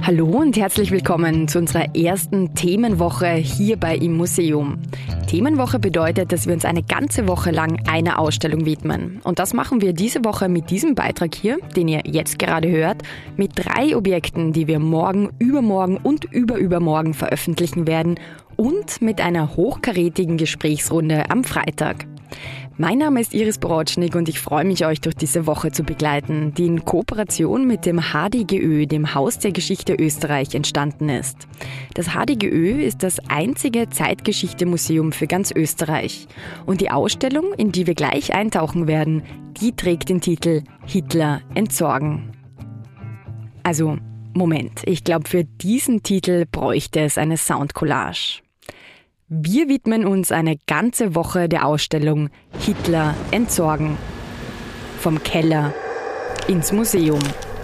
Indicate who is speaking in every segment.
Speaker 1: Hallo und herzlich willkommen zu unserer ersten Themenwoche hier bei Im Museum. Themenwoche bedeutet, dass wir uns eine ganze Woche lang einer Ausstellung widmen. Und das machen wir diese Woche mit diesem Beitrag hier, den ihr jetzt gerade hört, mit 3 Objekten, die wir morgen, übermorgen und übermorgen veröffentlichen werden und mit einer hochkarätigen Gesprächsrunde am Freitag. Mein Name ist Iris Borotschnig und ich freue mich, euch durch diese Woche zu begleiten, die in Kooperation mit dem HDGÖ, dem Haus der Geschichte Österreich, entstanden ist. Das HDGÖ ist das einzige Zeitgeschichte-Museum für ganz Österreich. Und die Ausstellung, in die wir gleich eintauchen werden, die trägt den Titel Hitler entsorgen. Also, Moment, ich glaube, für diesen Titel bräuchte es eine Soundcollage. Wir widmen uns eine ganze Woche der Ausstellung Hitler entsorgen. Vom Keller ins Museum.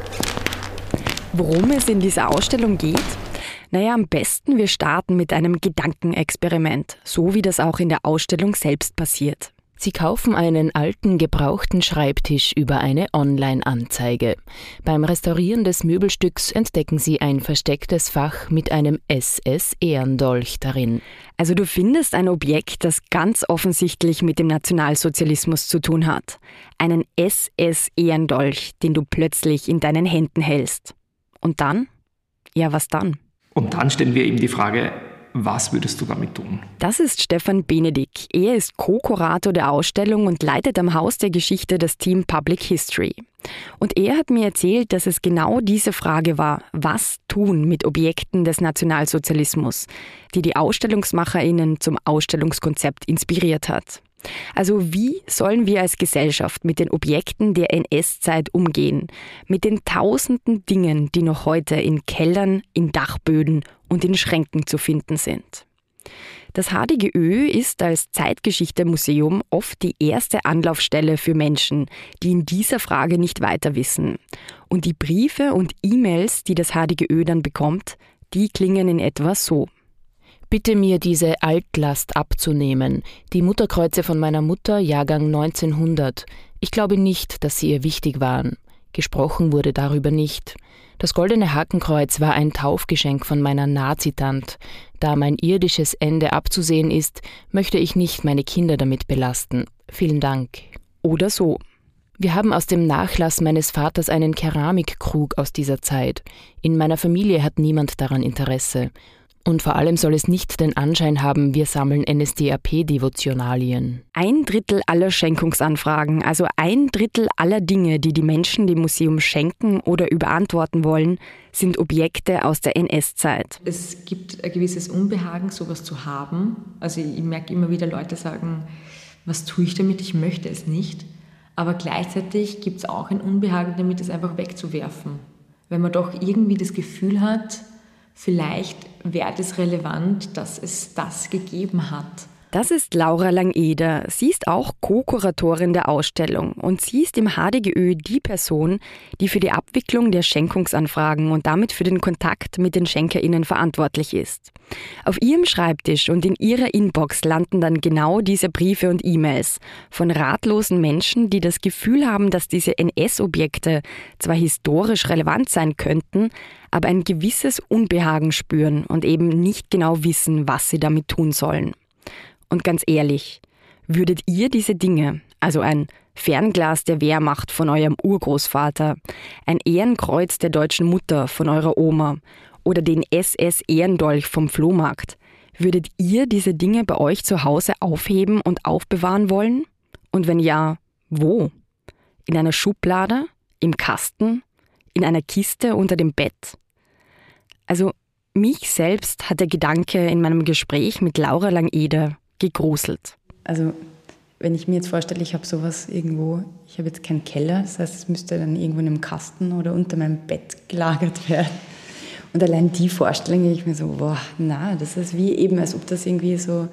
Speaker 1: Worum es in dieser Ausstellung geht? Naja, am besten wir starten mit einem Gedankenexperiment, so wie das auch in der Ausstellung selbst passiert.
Speaker 2: Sie kaufen einen alten, gebrauchten Schreibtisch über eine Online-Anzeige. Beim Restaurieren des Möbelstücks entdecken Sie ein verstecktes Fach mit einem SS-Ehrendolch darin.
Speaker 1: Also du findest ein Objekt, das ganz offensichtlich mit dem Nationalsozialismus zu tun hat. Einen SS-Ehrendolch, den du plötzlich in deinen Händen hältst. Und dann? Ja, was dann?
Speaker 3: Und dann stellen wir ihm die Frage: Was würdest du damit tun?
Speaker 1: Das ist Stefan Benedick. Er ist Co-Kurator der Ausstellung und leitet am Haus der Geschichte das Team Public History. Und er hat mir erzählt, dass es genau diese Frage war: Was tun mit Objekten des Nationalsozialismus, die AusstellungsmacherInnen zum Ausstellungskonzept inspiriert hat. Also wie sollen wir als Gesellschaft mit den Objekten der NS-Zeit umgehen? Mit den tausenden Dingen, die noch heute in Kellern, in Dachböden und in Schränken zu finden sind. Das HDGÖ ist als Zeitgeschichte-Museum oft die erste Anlaufstelle für Menschen, die in dieser Frage nicht weiter wissen. Und die Briefe und E-Mails, die das HDGÖ dann bekommt, die klingen in etwa so.
Speaker 2: Bitte mir diese Altlast abzunehmen. Die Mutterkreuze von meiner Mutter, Jahrgang 1900. Ich glaube nicht, dass sie ihr wichtig waren. Gesprochen wurde darüber nicht. Das goldene Hakenkreuz war ein Taufgeschenk von meiner Nazitant. Da mein irdisches Ende abzusehen ist, möchte ich nicht meine Kinder damit belasten. Vielen Dank.
Speaker 1: Oder so.
Speaker 2: Wir haben aus dem Nachlass meines Vaters einen Keramikkrug aus dieser Zeit. In meiner Familie hat niemand daran Interesse. Und vor allem soll es nicht den Anschein haben, wir sammeln NSDAP-Devotionalien.
Speaker 1: 1/3 aller Schenkungsanfragen, also 1/3 aller Dinge, die die Menschen dem Museum schenken oder überantworten wollen, sind Objekte aus der NS-Zeit.
Speaker 4: Es gibt ein gewisses Unbehagen, sowas zu haben. Also ich merke immer wieder, Leute sagen, was tue ich damit? Ich möchte es nicht. Aber gleichzeitig gibt es auch ein Unbehagen damit, es einfach wegzuwerfen. Wenn man doch irgendwie das Gefühl hat, vielleicht wäre es relevant, dass es das gegeben hat.
Speaker 1: Das ist Laura Langeder. Sie ist auch Co-Kuratorin der Ausstellung und sie ist im HDGÖ die Person, die für die Abwicklung der Schenkungsanfragen und damit für den Kontakt mit den SchenkerInnen verantwortlich ist. Auf ihrem Schreibtisch und in ihrer Inbox landen dann genau diese Briefe und E-Mails von ratlosen Menschen, die das Gefühl haben, dass diese NS-Objekte zwar historisch relevant sein könnten, aber ein gewisses Unbehagen spüren und eben nicht genau wissen, was sie damit tun sollen. Und ganz ehrlich, würdet ihr diese Dinge, also ein Fernglas der Wehrmacht von eurem Urgroßvater, ein Ehrenkreuz der deutschen Mutter von eurer Oma oder den SS-Ehrendolch vom Flohmarkt, würdet ihr diese Dinge bei euch zu Hause aufheben und aufbewahren wollen? Und wenn ja, wo? In einer Schublade? Im Kasten? In einer Kiste unter dem Bett? Also mich selbst hat der Gedanke in meinem Gespräch mit Laura Langeder gegruselt.
Speaker 5: Also wenn ich mir jetzt vorstelle, ich habe sowas irgendwo, ich habe jetzt keinen Keller, das heißt, es müsste dann irgendwo in einem Kasten oder unter meinem Bett gelagert werden. Und allein die Vorstellung, ich mir so, boah, na, das ist wie eben, als ob das irgendwie so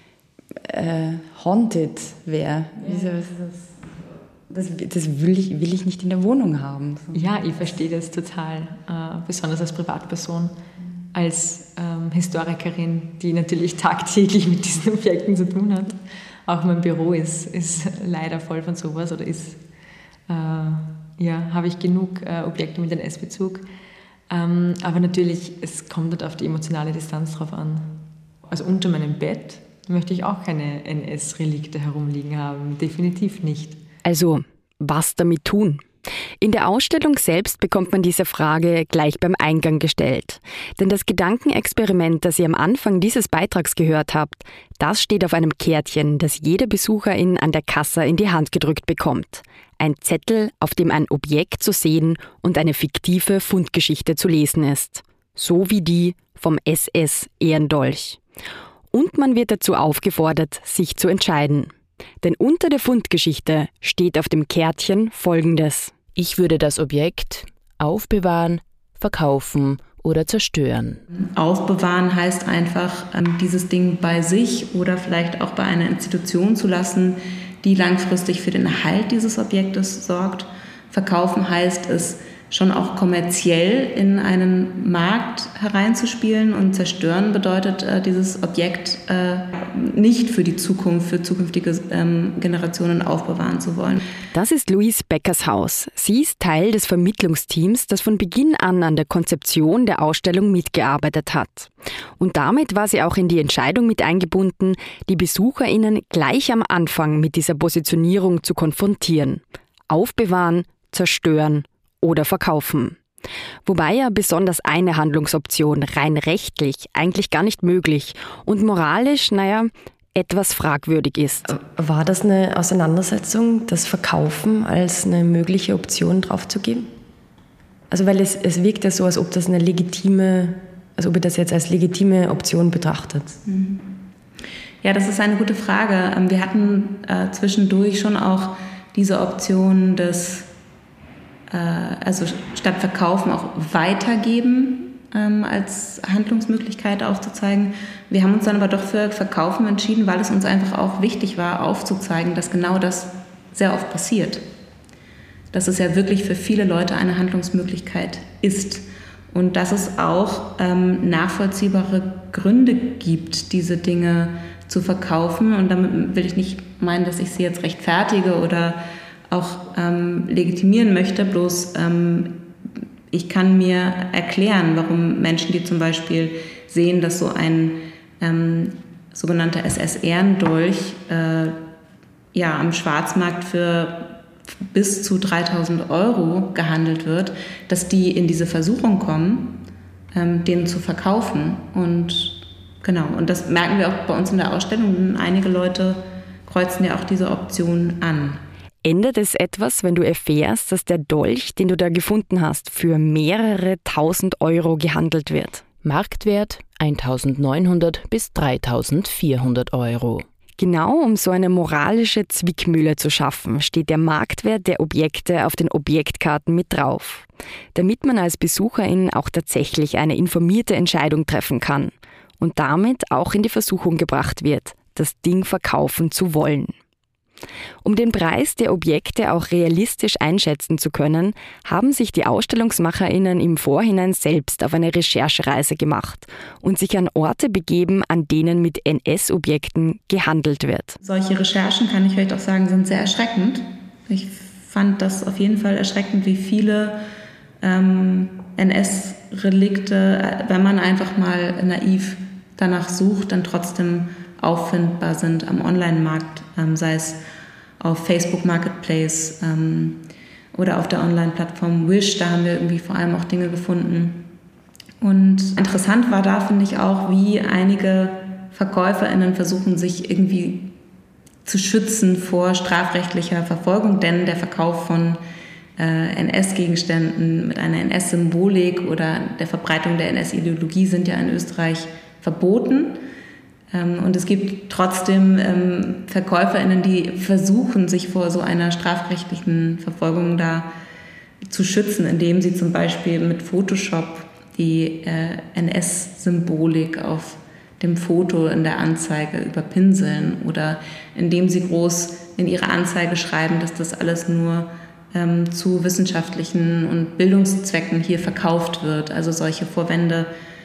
Speaker 5: haunted wäre. Das will ich nicht in der Wohnung haben.
Speaker 4: Ja, ich verstehe das total, besonders als Privatperson. Als Historikerin, die natürlich tagtäglich mit diesen Objekten zu tun hat. Auch mein Büro ist leider voll von sowas oder habe ich genug Objekte mit NS-Bezug. Aber natürlich, es kommt halt auf die emotionale Distanz drauf an. Also unter meinem Bett möchte ich auch keine NS-Relikte herumliegen haben. Definitiv nicht.
Speaker 1: Also, was damit tun? In der Ausstellung selbst bekommt man diese Frage gleich beim Eingang gestellt. Denn das Gedankenexperiment, das ihr am Anfang dieses Beitrags gehört habt, das steht auf einem Kärtchen, das jede Besucherin an der Kasse in die Hand gedrückt bekommt. Ein Zettel, auf dem ein Objekt zu sehen und eine fiktive Fundgeschichte zu lesen ist. So wie die vom SS-Ehrendolch. Und man wird dazu aufgefordert, sich zu entscheiden. Denn unter der Fundgeschichte steht auf dem Kärtchen Folgendes:
Speaker 2: Ich würde das Objekt aufbewahren, verkaufen oder zerstören.
Speaker 6: Aufbewahren heißt einfach, dieses Ding bei sich oder vielleicht auch bei einer Institution zu lassen, die langfristig für den Erhalt dieses Objektes sorgt. Verkaufen heißt es, schon auch kommerziell in einen Markt hereinzuspielen, und zerstören bedeutet, dieses Objekt nicht für die Zukunft, für zukünftige Generationen aufbewahren zu wollen.
Speaker 1: Das ist Louise Beckershaus. Sie ist Teil des Vermittlungsteams, das von Beginn an der Konzeption der Ausstellung mitgearbeitet hat. Und damit war sie auch in die Entscheidung mit eingebunden, die BesucherInnen gleich am Anfang mit dieser Positionierung zu konfrontieren. Aufbewahren, zerstören oder verkaufen. Wobei ja besonders eine Handlungsoption rein rechtlich eigentlich gar nicht möglich und moralisch, etwas fragwürdig ist.
Speaker 7: War das eine Auseinandersetzung, das Verkaufen als eine mögliche Option draufzugeben? Also weil es wirkt ja so, als ob das ob ihr das jetzt als legitime Option betrachtet.
Speaker 6: Ja, das ist eine gute Frage. Wir hatten zwischendurch schon auch diese Option des statt verkaufen auch weitergeben als Handlungsmöglichkeit aufzuzeigen. Wir haben uns dann aber doch für Verkaufen entschieden, weil es uns einfach auch wichtig war, aufzuzeigen, dass genau das sehr oft passiert. Dass es ja wirklich für viele Leute eine Handlungsmöglichkeit ist. Und dass es auch nachvollziehbare Gründe gibt, diese Dinge zu verkaufen. Und damit will ich nicht meinen, dass ich sie jetzt rechtfertige oder auch legitimieren möchte, bloß ich kann mir erklären, warum Menschen, die zum Beispiel sehen, dass so ein sogenannter SS-Ehrendolch am Schwarzmarkt für bis zu 3.000 € gehandelt wird, dass die in diese Versuchung kommen, den zu verkaufen. Und genau, und das merken wir auch bei uns in der Ausstellung. Einige Leute kreuzen ja auch diese Option an.
Speaker 1: Ändert es etwas, wenn du erfährst, dass der Dolch, den du da gefunden hast, für mehrere 1.000 € gehandelt wird?
Speaker 2: Marktwert 1.900 bis 3.400 €.
Speaker 1: Genau um so eine moralische Zwickmühle zu schaffen, steht der Marktwert der Objekte auf den Objektkarten mit drauf. Damit man als Besucherin auch tatsächlich eine informierte Entscheidung treffen kann und damit auch in die Versuchung gebracht wird, das Ding verkaufen zu wollen. Um den Preis der Objekte auch realistisch einschätzen zu können, haben sich die AusstellungsmacherInnen im Vorhinein selbst auf eine Recherchereise gemacht und sich an Orte begeben, an denen mit NS-Objekten gehandelt wird.
Speaker 6: Solche Recherchen, kann ich vielleicht auch sagen, sind sehr erschreckend. Ich fand das auf jeden Fall erschreckend, wie viele NS-Relikte, wenn man einfach mal naiv danach sucht, dann trotzdem auffindbar sind am Online-Markt, sei es auf Facebook Marketplace oder auf der Online-Plattform Wish. Da haben wir irgendwie vor allem auch Dinge gefunden. Und interessant war da, finde ich auch, wie einige VerkäuferInnen versuchen, sich irgendwie zu schützen vor strafrechtlicher Verfolgung, denn der Verkauf von NS-Gegenständen mit einer NS-Symbolik oder der Verbreitung der NS-Ideologie sind ja in Österreich verboten. Und es gibt trotzdem VerkäuferInnen, die versuchen, sich vor so einer strafrechtlichen Verfolgung da zu schützen, indem sie zum Beispiel mit Photoshop die NS-Symbolik auf dem Foto in der Anzeige überpinseln oder indem sie groß in ihre Anzeige schreiben, dass das alles nur zu wissenschaftlichen und Bildungszwecken hier verkauft wird. Also solche Vorwände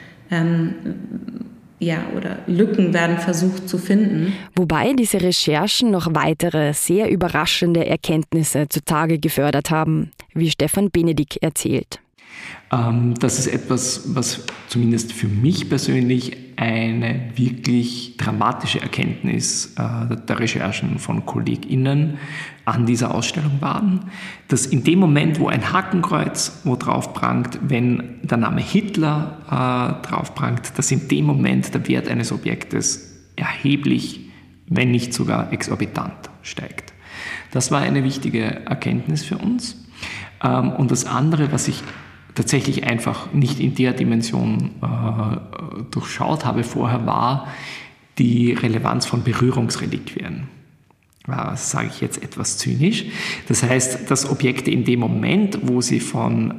Speaker 6: oder Lücken werden versucht zu finden.
Speaker 1: Wobei diese Recherchen noch weitere, sehr überraschende Erkenntnisse zutage gefördert haben, wie Stefan Benedikt erzählt.
Speaker 3: Das ist etwas, was zumindest für mich persönlich eine wirklich dramatische Erkenntnis der Recherchen von KollegInnen an dieser Ausstellung waren, dass in dem Moment, wo ein Hakenkreuz wo drauf prangt, wenn der Name Hitler drauf prangt, dass in dem Moment der Wert eines Objektes erheblich, wenn nicht sogar exorbitant steigt. Das war eine wichtige Erkenntnis für uns. Und das andere, was ich tatsächlich einfach nicht in der Dimension durchschaut habe vorher, war die Relevanz von Berührungsreliquien. Das sage ich jetzt etwas zynisch. Das heißt, dass Objekte in dem Moment, wo sie von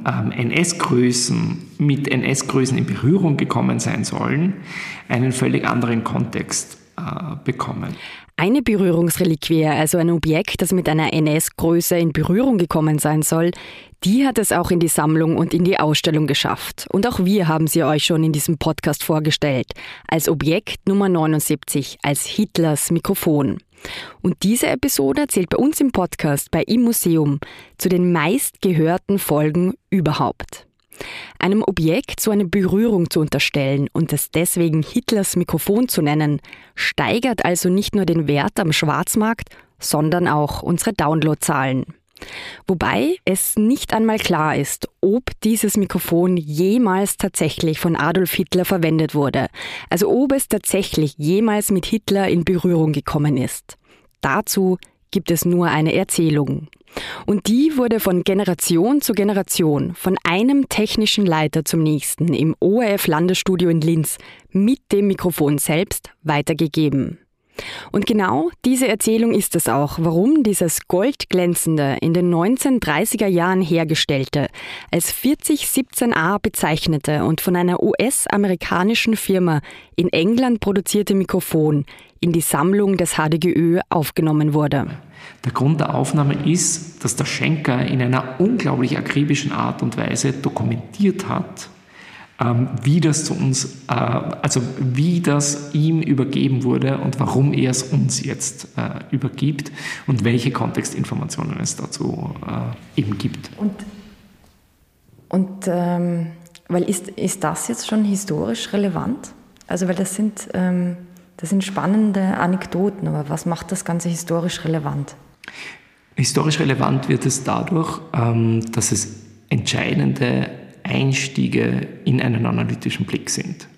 Speaker 3: NS-Größen mit NS-Größen in Berührung gekommen sein sollen, einen völlig anderen Kontext bekommen.
Speaker 1: Eine Berührungsreliquie, also ein Objekt, das mit einer NS-Größe in Berührung gekommen sein soll, die hat es auch in die Sammlung und in die Ausstellung geschafft. Und auch wir haben sie euch schon in diesem Podcast vorgestellt, als Objekt Nummer 79, als Hitlers Mikrofon. Und diese Episode zählt bei uns im Podcast bei Im Museum zu den meistgehörten Folgen überhaupt. Einem Objekt so eine Berührung zu unterstellen und es deswegen Hitlers Mikrofon zu nennen, steigert also nicht nur den Wert am Schwarzmarkt, sondern auch unsere Downloadzahlen. Wobei es nicht einmal klar ist, ob dieses Mikrofon jemals tatsächlich von Adolf Hitler verwendet wurde, also ob es tatsächlich jemals mit Hitler in Berührung gekommen ist. Dazu gibt es nur eine Erzählung. Und die wurde von Generation zu Generation, von einem technischen Leiter zum nächsten im ORF-Landesstudio in Linz mit dem Mikrofon selbst weitergegeben. Und genau diese Erzählung ist es auch, warum dieses goldglänzende, in den 1930er Jahren hergestellte, als 4017A bezeichnete und von einer US-amerikanischen Firma in England produzierte Mikrofon in die Sammlung des HDGÖ aufgenommen wurde.
Speaker 3: Der Grund der Aufnahme ist, dass der Schenker in einer unglaublich akribischen Art und Weise dokumentiert hat, wie das zu uns, also wie das ihm übergeben wurde und warum er es uns jetzt übergibt und welche Kontextinformationen es dazu eben gibt.
Speaker 7: Weil ist das jetzt schon historisch relevant? Also weil das sind spannende Anekdoten, aber was macht das Ganze historisch relevant?
Speaker 3: Historisch relevant wird es dadurch, dass es entscheidende Einstiege in einen analytischen Blick sind.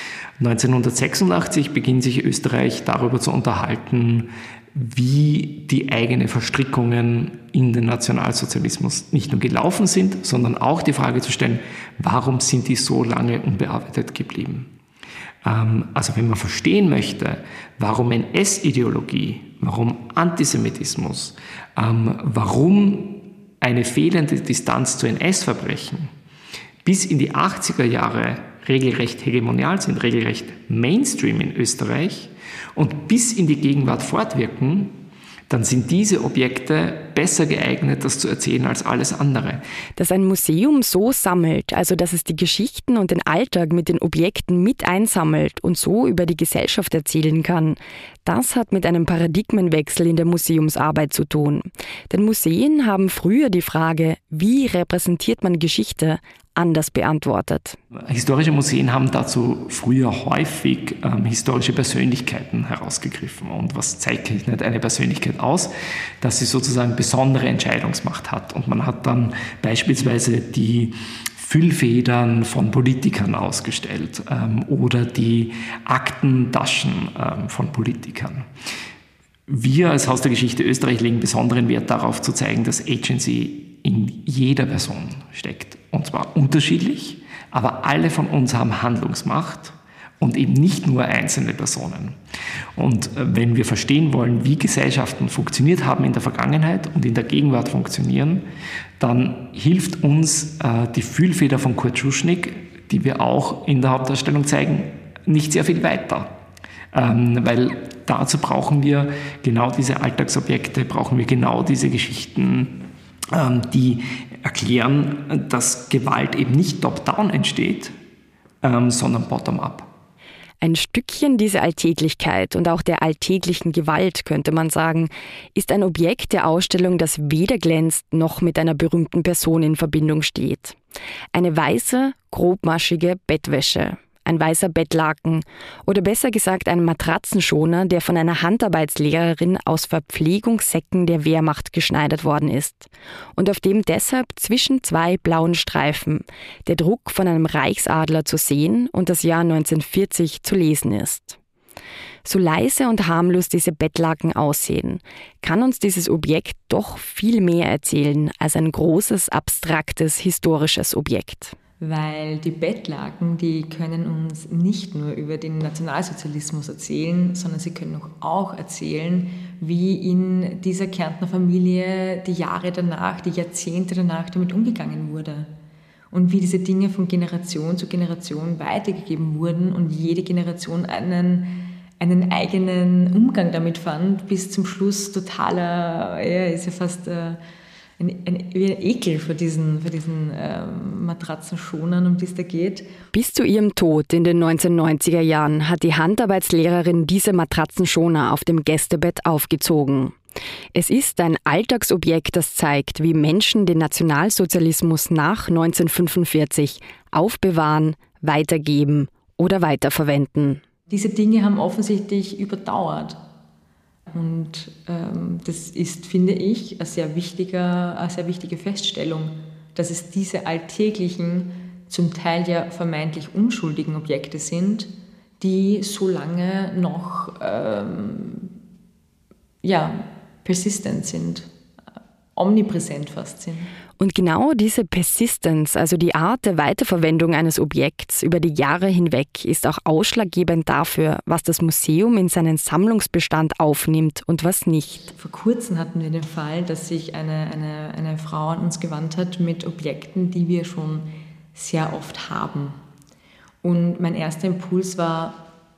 Speaker 3: 1986 beginnt sich Österreich darüber zu unterhalten, wie die eigenen Verstrickungen in den Nationalsozialismus nicht nur gelaufen sind, sondern auch die Frage zu stellen, warum sind die so lange unbearbeitet geblieben? Also wenn man verstehen möchte, warum NS-Ideologie, warum Antisemitismus, warum eine fehlende Distanz zu NS-Verbrechen bis in die 80er Jahre regelrecht hegemonial sind, regelrecht Mainstream in Österreich und bis in die Gegenwart fortwirken, dann sind diese Objekte besser geeignet, das zu erzählen als alles andere.
Speaker 1: Dass ein Museum so sammelt, also dass es die Geschichten und den Alltag mit den Objekten mit einsammelt und so über die Gesellschaft erzählen kann, das hat mit einem Paradigmenwechsel in der Museumsarbeit zu tun. Denn Museen haben früher die Frage, wie repräsentiert man Geschichte, anders beantwortet.
Speaker 3: Historische Museen haben dazu früher häufig historische Persönlichkeiten herausgegriffen. Und was zeichnet eine Persönlichkeit aus? Dass sie sozusagen besondere Entscheidungsmacht hat. Und man hat dann beispielsweise die Füllfedern von Politikern ausgestellt oder die Aktentaschen von Politikern. Wir als Haus der Geschichte Österreich legen besonderen Wert darauf zu zeigen, dass Agency in jeder Person steckt. Und zwar unterschiedlich, aber alle von uns haben Handlungsmacht und eben nicht nur einzelne Personen. Und wenn wir verstehen wollen, wie Gesellschaften funktioniert haben in der Vergangenheit und in der Gegenwart funktionieren, dann hilft uns die Fühlfeder von Kurt Schuschnigg, die wir auch in der Hauptausstellung zeigen, nicht sehr viel weiter. Weil dazu brauchen wir genau diese Alltagsobjekte, brauchen wir genau diese Geschichten, die erklären, dass Gewalt eben nicht top-down entsteht, sondern bottom-up.
Speaker 1: Ein Stückchen dieser Alltäglichkeit und auch der alltäglichen Gewalt, könnte man sagen, ist ein Objekt der Ausstellung, das weder glänzt noch mit einer berühmten Person in Verbindung steht. Eine weiße, grobmaschige Bettwäsche, ein weißer Bettlaken oder besser gesagt ein Matratzenschoner, der von einer Handarbeitslehrerin aus Verpflegungssäcken der Wehrmacht geschneidert worden ist und auf dem deshalb zwischen 2 blauen Streifen der Druck von einem Reichsadler zu sehen und das Jahr 1940 zu lesen ist. So leise und harmlos diese Bettlaken aussehen, kann uns dieses Objekt doch viel mehr erzählen als ein großes, abstraktes, historisches Objekt.
Speaker 4: Weil die Bettlaken, die können uns nicht nur über den Nationalsozialismus erzählen, sondern sie können auch erzählen, wie in dieser Kärntner Familie die Jahre danach, die Jahrzehnte danach damit umgegangen wurde. Und wie diese Dinge von Generation zu Generation weitergegeben wurden und jede Generation einen eigenen Umgang damit fand, bis zum Schluss totaler, ist ja fast wie ein Ekel vor diesen Matratzenschonern, um die es da geht.
Speaker 1: Bis zu ihrem Tod in den 1990er Jahren hat die Handarbeitslehrerin diese Matratzenschoner auf dem Gästebett aufgezogen. Es ist ein Alltagsobjekt, das zeigt, wie Menschen den Nationalsozialismus nach 1945 aufbewahren, weitergeben oder weiterverwenden.
Speaker 4: Diese Dinge haben offensichtlich überdauert. Und das ist, finde ich, eine sehr wichtige Feststellung, dass es diese alltäglichen, zum Teil ja vermeintlich unschuldigen Objekte sind, die so lange noch persistent sind, omnipräsent fast sind.
Speaker 1: Und genau diese Persistence, also die Art der Weiterverwendung eines Objekts über die Jahre hinweg, ist auch ausschlaggebend dafür, was das Museum in seinen Sammlungsbestand aufnimmt und was nicht.
Speaker 4: Vor kurzem hatten wir den Fall, dass sich eine Frau an uns gewandt hat mit Objekten, die wir schon sehr oft haben. Und mein erster Impuls war,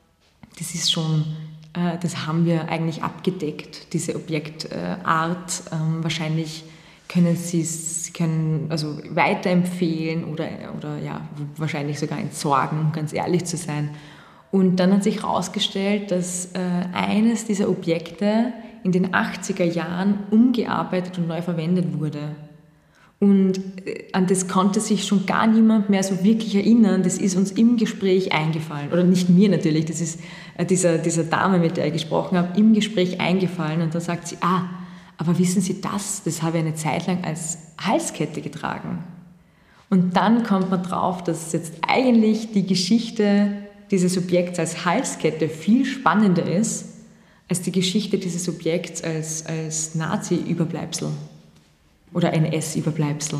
Speaker 4: das haben wir eigentlich abgedeckt, diese Objektart. Wahrscheinlich können Sie also weiterempfehlen oder wahrscheinlich sogar entsorgen, um ganz ehrlich zu sein. Und dann hat sich herausgestellt, dass eines dieser Objekte in den 80er Jahren umgearbeitet und neu verwendet wurde. Und an das konnte sich schon gar niemand mehr so wirklich erinnern. Das ist uns im Gespräch eingefallen. Oder nicht mir natürlich, das ist dieser Dame, mit der ich gesprochen habe, im Gespräch eingefallen. Und da sagt sie, aber wissen Sie das habe ich eine Zeit lang als Halskette getragen. Und dann kommt man drauf, dass jetzt eigentlich die Geschichte dieses Objekts als Halskette viel spannender ist, als die Geschichte dieses Objekts als Nazi-Überbleibsel oder NS-Überbleibsel.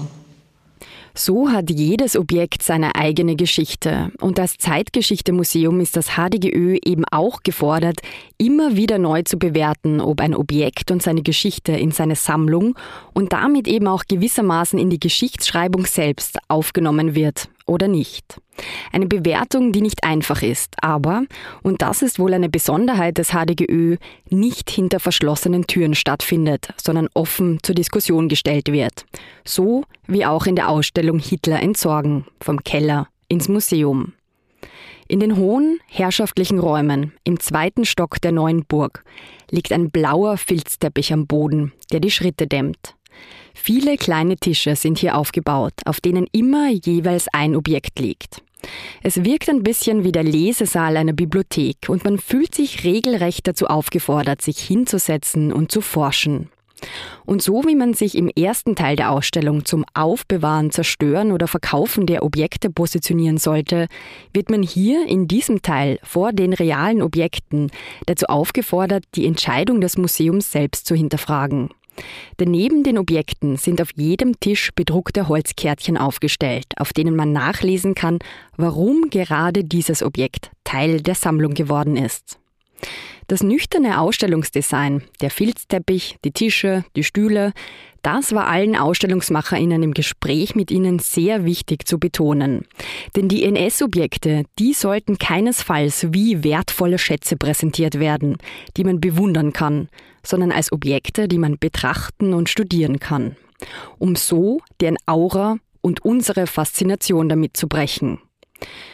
Speaker 1: So hat jedes Objekt seine eigene Geschichte. Und als Zeitgeschichte-Museum ist das HDGÖ eben auch gefordert, immer wieder neu zu bewerten, ob ein Objekt und seine Geschichte in seine Sammlung und damit eben auch gewissermaßen in die Geschichtsschreibung selbst aufgenommen wird oder nicht. Eine Bewertung, die nicht einfach ist, aber, und das ist wohl eine Besonderheit des HDGÖ, nicht hinter verschlossenen Türen stattfindet, sondern offen zur Diskussion gestellt wird. So wie auch in der Ausstellung Hitler entsorgen, vom Keller ins Museum. In den hohen, herrschaftlichen Räumen, im 2. Stock der neuen Burg, liegt ein blauer Filzteppich am Boden, der die Schritte dämmt. Viele kleine Tische sind hier aufgebaut, auf denen immer jeweils ein Objekt liegt. Es wirkt ein bisschen wie der Lesesaal einer Bibliothek und man fühlt sich regelrecht dazu aufgefordert, sich hinzusetzen und zu forschen. Und so wie man sich im ersten Teil der Ausstellung zum Aufbewahren, Zerstören oder Verkaufen der Objekte positionieren sollte, wird man hier in diesem Teil vor den realen Objekten dazu aufgefordert, die Entscheidung des Museums selbst zu hinterfragen. Denn neben den Objekten sind auf jedem Tisch bedruckte Holzkärtchen aufgestellt, auf denen man nachlesen kann, warum gerade dieses Objekt Teil der Sammlung geworden ist. Das nüchterne Ausstellungsdesign, der Filzteppich, die Tische, die Stühle, das war allen AusstellungsmacherInnen im Gespräch mit ihnen sehr wichtig zu betonen. Denn die NS-Objekte, die sollten keinesfalls wie wertvolle Schätze präsentiert werden, die man bewundern kann, sondern als Objekte, die man betrachten und studieren kann, um so deren Aura und unsere Faszination damit zu brechen.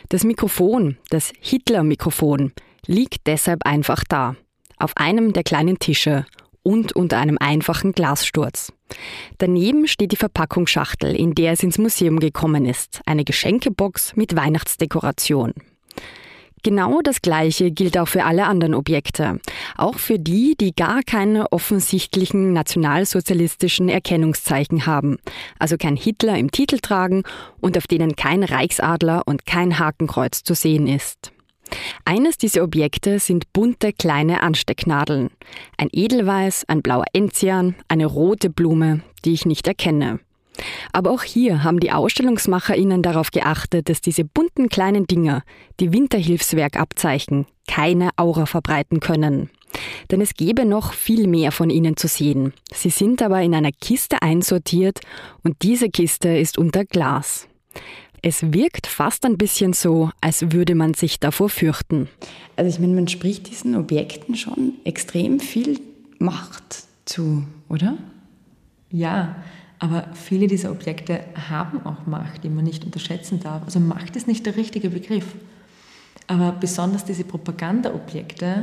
Speaker 1: Das Mikrofon, das Hitler-Mikrofon, liegt deshalb einfach da, auf einem der kleinen Tische und unter einem einfachen Glassturz. Daneben steht die Verpackungsschachtel, in der es ins Museum gekommen ist, eine Geschenkebox mit Weihnachtsdekoration. Genau das Gleiche gilt auch für alle anderen Objekte, auch für die, die gar keine offensichtlichen nationalsozialistischen Erkennungszeichen haben, also kein Hitler im Titel tragen und auf denen kein Reichsadler und kein Hakenkreuz zu sehen ist. Eines dieser Objekte sind bunte kleine Anstecknadeln. Ein Edelweiß, ein blauer Enzian, eine rote Blume, die ich nicht erkenne. Aber auch hier haben die AusstellungsmacherInnen darauf geachtet, dass diese bunten kleinen Dinger, die Winterhilfswerkabzeichen, keine Aura verbreiten können. Denn es gäbe noch viel mehr von ihnen zu sehen. Sie sind aber in einer Kiste einsortiert und diese Kiste ist unter Glas. Es wirkt fast ein bisschen so, als würde man sich davor fürchten.
Speaker 5: Also ich meine, man spricht diesen Objekten schon extrem viel Macht zu, oder?
Speaker 4: Ja, aber viele dieser Objekte haben auch Macht, die man nicht unterschätzen darf. Also Macht ist nicht der richtige Begriff. Aber besonders diese Propagandaobjekte,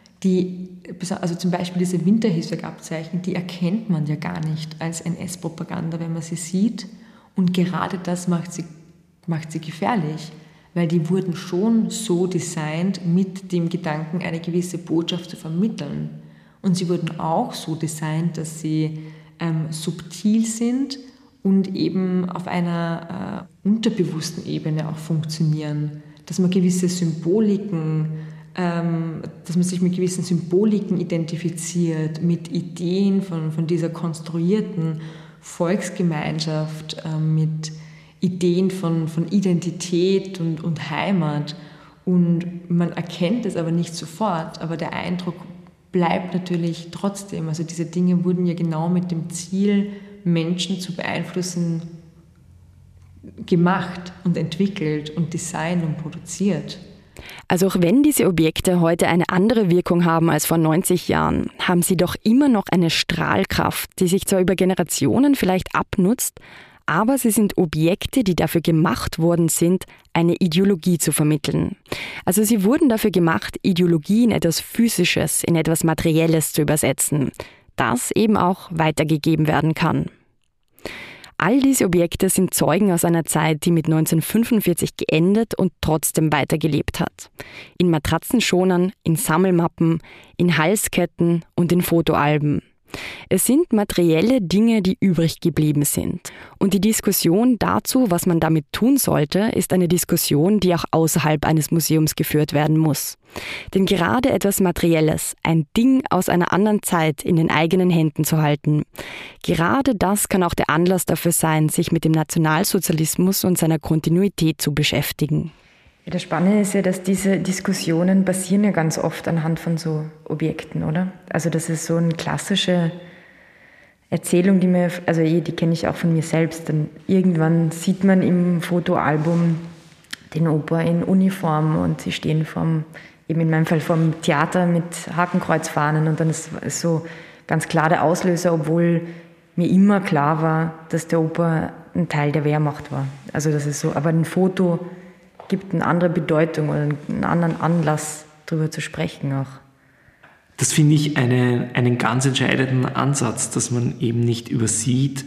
Speaker 4: also zum Beispiel diese Winterhilfswerkabzeichen, die erkennt man ja gar nicht als NS-Propaganda, wenn man sie sieht. Und gerade das macht sie gefährlich, weil die wurden schon so designt mit dem Gedanken, eine gewisse Botschaft zu vermitteln. Und sie wurden auch so designt, dass sie subtil sind und eben auf einer unterbewussten Ebene auch funktionieren. Dass man gewisse Symboliken, dass man sich mit gewissen Symboliken identifiziert, mit Ideen von dieser konstruierten Volksgemeinschaft, mit Ideen von Identität und Heimat. Und man erkennt es aber nicht sofort, aber der Eindruck bleibt natürlich trotzdem. Also diese Dinge wurden ja genau mit dem Ziel, Menschen zu beeinflussen, gemacht und entwickelt und designt und produziert.
Speaker 1: Also auch wenn diese Objekte heute eine andere Wirkung haben als vor 90 Jahren, haben sie doch immer noch eine Strahlkraft, die sich zwar über Generationen vielleicht abnutzt, aber sie sind Objekte, die dafür gemacht worden sind, eine Ideologie zu vermitteln. Also sie wurden dafür gemacht, Ideologie in etwas Physisches, in etwas Materielles zu übersetzen, das eben auch weitergegeben werden kann. All diese Objekte sind Zeugen aus einer Zeit, die mit 1945 geendet und trotzdem weitergelebt hat. In Matratzenschonern, in Sammelmappen, in Halsketten und in Fotoalben. Es sind materielle Dinge, die übrig geblieben sind. Und die Diskussion dazu, was man damit tun sollte, ist eine Diskussion, die auch außerhalb eines Museums geführt werden muss. Denn gerade etwas Materielles, ein Ding aus einer anderen Zeit in den eigenen Händen zu halten, gerade das kann auch der Anlass dafür sein, sich mit dem Nationalsozialismus und seiner Kontinuität zu beschäftigen.
Speaker 7: Das Spannende ist ja, dass diese Diskussionen basieren ja ganz oft anhand von so Objekten, oder? Also das ist so eine klassische Erzählung, die kenne ich auch von mir selbst. Dann irgendwann sieht man im Fotoalbum den Opa in Uniform und sie stehen eben in meinem Fall vorm Theater mit Hakenkreuzfahnen und dann ist so ganz klar der Auslöser, obwohl mir immer klar war, dass der Opa ein Teil der Wehrmacht war. Also das ist so, aber ein Foto gibt eine andere Bedeutung oder einen anderen Anlass, darüber zu sprechen auch.
Speaker 3: Das finde ich einen ganz entscheidenden Ansatz, dass man eben nicht übersieht,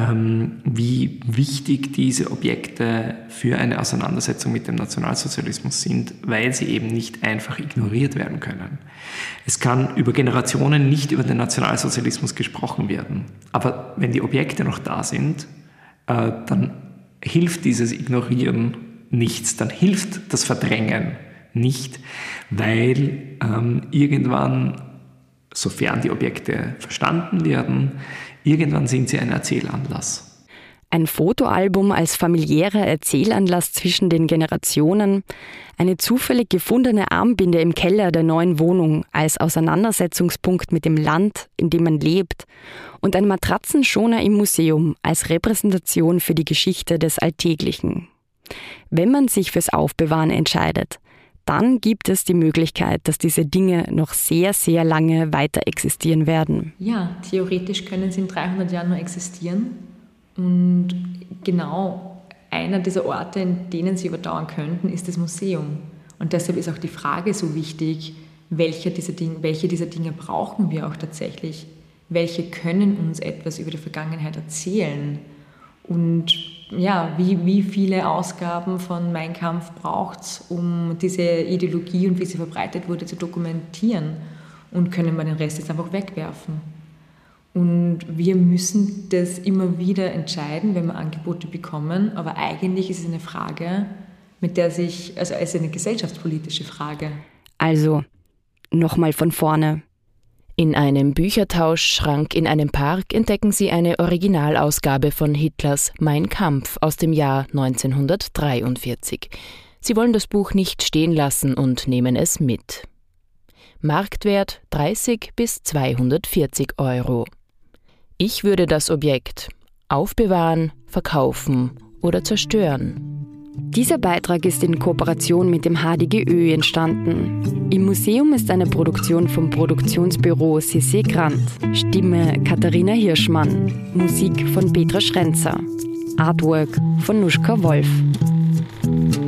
Speaker 3: wie wichtig diese Objekte für eine Auseinandersetzung mit dem Nationalsozialismus sind, weil sie eben nicht einfach ignoriert werden können. Es kann über Generationen nicht über den Nationalsozialismus gesprochen werden. Aber wenn die Objekte noch da sind, dann hilft dieses Ignorieren nichts, dann hilft das Verdrängen nicht, weil irgendwann, sofern die Objekte verstanden werden, irgendwann sind sie ein Erzählanlass.
Speaker 1: Ein Fotoalbum als familiärer Erzählanlass zwischen den Generationen, eine zufällig gefundene Armbinde im Keller der neuen Wohnung als Auseinandersetzungspunkt mit dem Land, in dem man lebt, und ein Matratzenschoner im Museum als Repräsentation für die Geschichte des Alltäglichen. Wenn man sich fürs Aufbewahren entscheidet, dann gibt es die Möglichkeit, dass diese Dinge noch sehr, sehr lange weiter existieren werden.
Speaker 4: Ja, theoretisch können sie in 300 Jahren nur existieren. Und genau einer dieser Orte, in denen sie überdauern könnten, ist das Museum. Und deshalb ist auch die Frage so wichtig, welche dieser Dinge brauchen wir auch tatsächlich? Welche können uns etwas über die Vergangenheit erzählen? Und ja, wie viele Ausgaben von Mein Kampf braucht es, um diese Ideologie und wie sie verbreitet wurde, zu dokumentieren? Und können wir den Rest jetzt einfach wegwerfen? Und wir müssen das immer wieder entscheiden, wenn wir Angebote bekommen. Aber eigentlich ist es eine Frage, es ist eine gesellschaftspolitische Frage.
Speaker 1: Also, nochmal von vorne.
Speaker 2: In einem Büchertauschschrank in einem Park entdecken Sie eine Originalausgabe von Hitlers Mein Kampf aus dem Jahr 1943. Sie wollen das Buch nicht stehen lassen und nehmen es mit. Marktwert 30 bis 240 €. Ich würde das Objekt aufbewahren, verkaufen oder zerstören.
Speaker 1: Dieser Beitrag ist in Kooperation mit dem HDGÖ entstanden. Im Museum ist eine Produktion vom Produktionsbüro CC Grant. Stimme Katharina Hirschmann. Musik von Petra Schrenzer. Artwork von Nuschka Wolf.